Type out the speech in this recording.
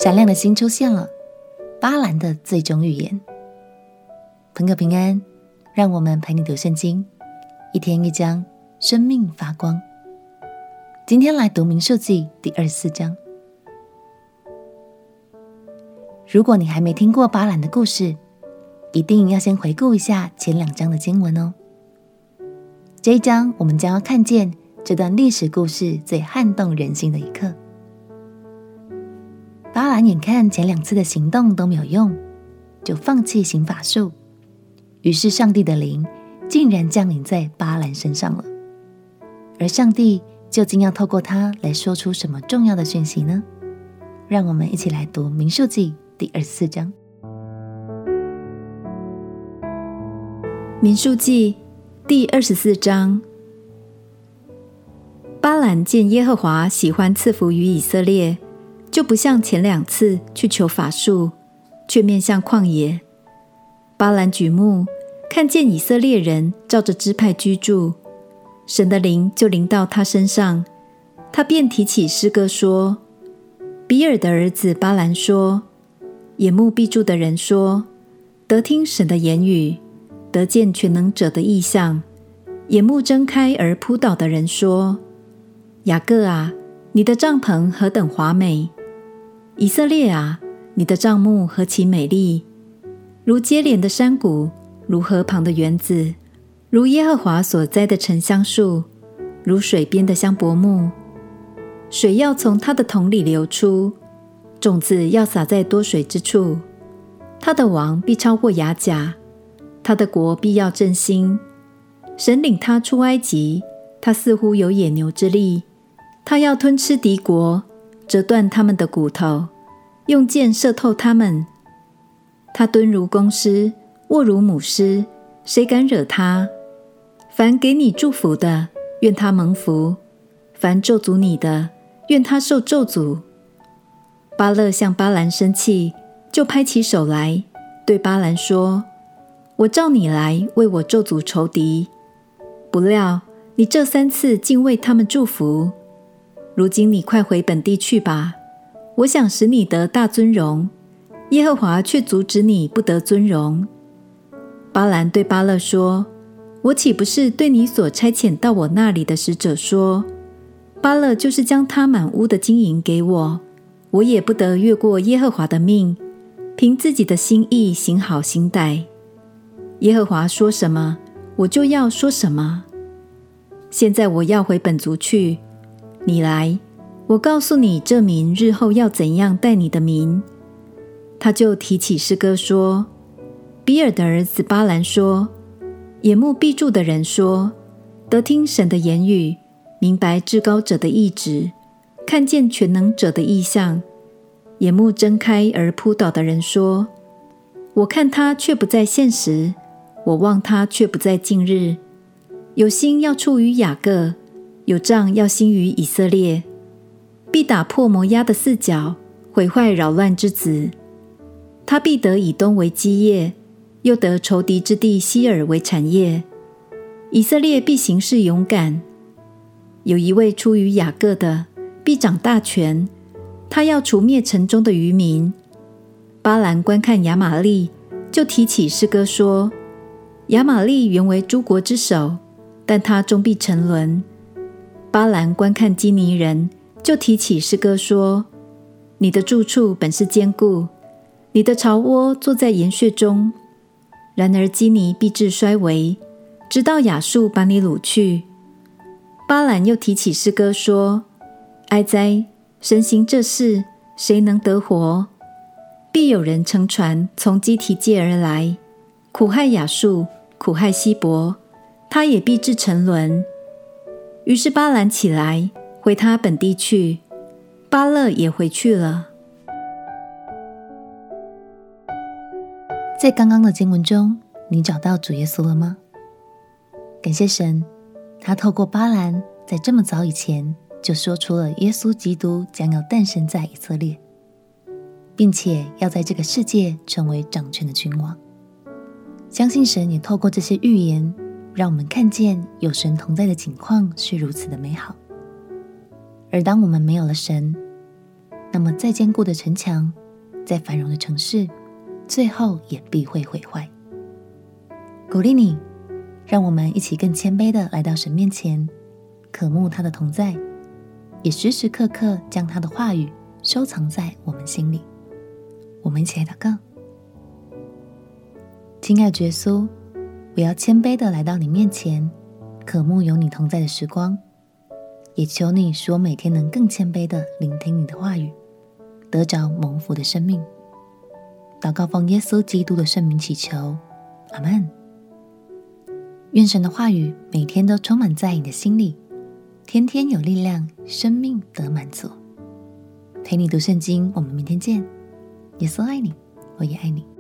闪亮的星出现了，巴兰的最终预言。朋友平安，让我们陪你读圣经，一天一章，生命发光。今天来读民数记第24章。如果你还没听过巴兰的故事，一定要先回顾一下前2章的经文哦。这一章我们将要看见这段历史故事最撼动人心的一刻。巴兰眼看前2次的行动都没有用，就放弃行法术，于是上帝的灵竟然降临在巴兰身上了。而上帝究竟要透过他来说出什么重要的讯息呢？让我们一起来读民数记第24章。 民数记第24章。巴兰见耶和华喜欢赐福于以色列，就不像前2次去求法术，却面向旷野。巴兰举目看见以色列人照着支派居住，神的灵就临到他身上，他便提起诗歌说：比尔的儿子巴兰说，眼目闭住的人说，得听神的言语，得见全能者的异象。眼目睁开而扑倒的人说，雅各啊，你的帐篷何等华美！以色列啊，你的帐幕何其美丽！如接连的山谷，如河旁的园子，如耶和华所栽的沉香树，如水边的香柏木。水要从他的桶里流出，种子要撒在多水之处。他的王必超过亚甲，他的国必要振兴。神领他出埃及，他似乎有野牛之力。他要吞吃敌国，折断他们的骨头，用箭射透他们。他蹲如公狮，卧如母狮，谁敢惹他？凡给你祝福的，愿他蒙福；凡咒诅你的，愿他受咒诅。巴勒向巴兰生气，就拍起手来，对巴兰说：我召你来为我咒诅仇敌，不料你这3次竟为他们祝福。如今你快回本地去吧，我想使你得大尊荣，耶和华却阻止你不得尊荣。巴兰对巴勒说：我岂不是对你所差遣到我那里的使者说，巴勒就是将他满屋的金银给我，我也不得越过耶和华的命，凭自己的心意行好行歹。耶和华说什么，我就要说什么。现在我要回本族去，你来，我告诉你这民日后要怎样待你的民。他就提起诗歌说：比尔的儿子巴兰说，眼目闭住的人说，得听神的言语，明白至高者的意旨，看见全能者的异象。眼目睁开而扑倒的人说，我看他却不在现实，我望他却不在近日。有心要出于雅各，有杖要兴于以色列，必打破摩押的4角，毁坏扰乱之子。他必得以东为基业，又得仇敌之地西珥为产业。以色列必行事勇敢。有一位出于雅各的，必掌大权，他要除灭城中的渔民。巴兰观看亚玛利，就提起诗歌说：亚玛利原为诸国之首，但他终必沉沦。巴兰观看基尼人，就提起诗歌说：你的住处本是坚固，你的巢窝坐在岩穴中。然而基尼必致衰微，直到亚述把你掳去。巴兰又提起诗歌说：哀哉，神行这事，谁能得活？必有人乘船从基提界而来，苦害亚述，苦害希伯，他也必致沉沦。于是巴兰起来，回他本地去，巴勒也回去了。 在刚刚的经文中，你找到主耶稣了吗？感谢神，他透过巴兰在这么早以前就说出了耶稣基督将要诞生在以色列，并且要在这个世界成为掌权的君王。相信神也透过这些预言，让我们看见有神同在的景况是如此的美好。而当我们没有了神， 那么再坚固的城墙，再繁荣的城市，最后也必会毁坏。鼓励你，让我们一起更谦卑地来到神面前，渴慕他的同在，也时时刻刻将他的话语收藏在我们心里。我们一起来祷告。亲爱的耶稣，我要谦卑地来到你面前，渴慕有你同在的时光，也求你使我每天能更谦卑地聆听你的话语，得着蒙福的生命。祷告奉耶稣基督的圣名祈求，阿们。愿神的话语每天都充满在你的心里，天天有力量，生命得满足。陪你读圣经，我们明天见。耶稣爱你，我也爱你。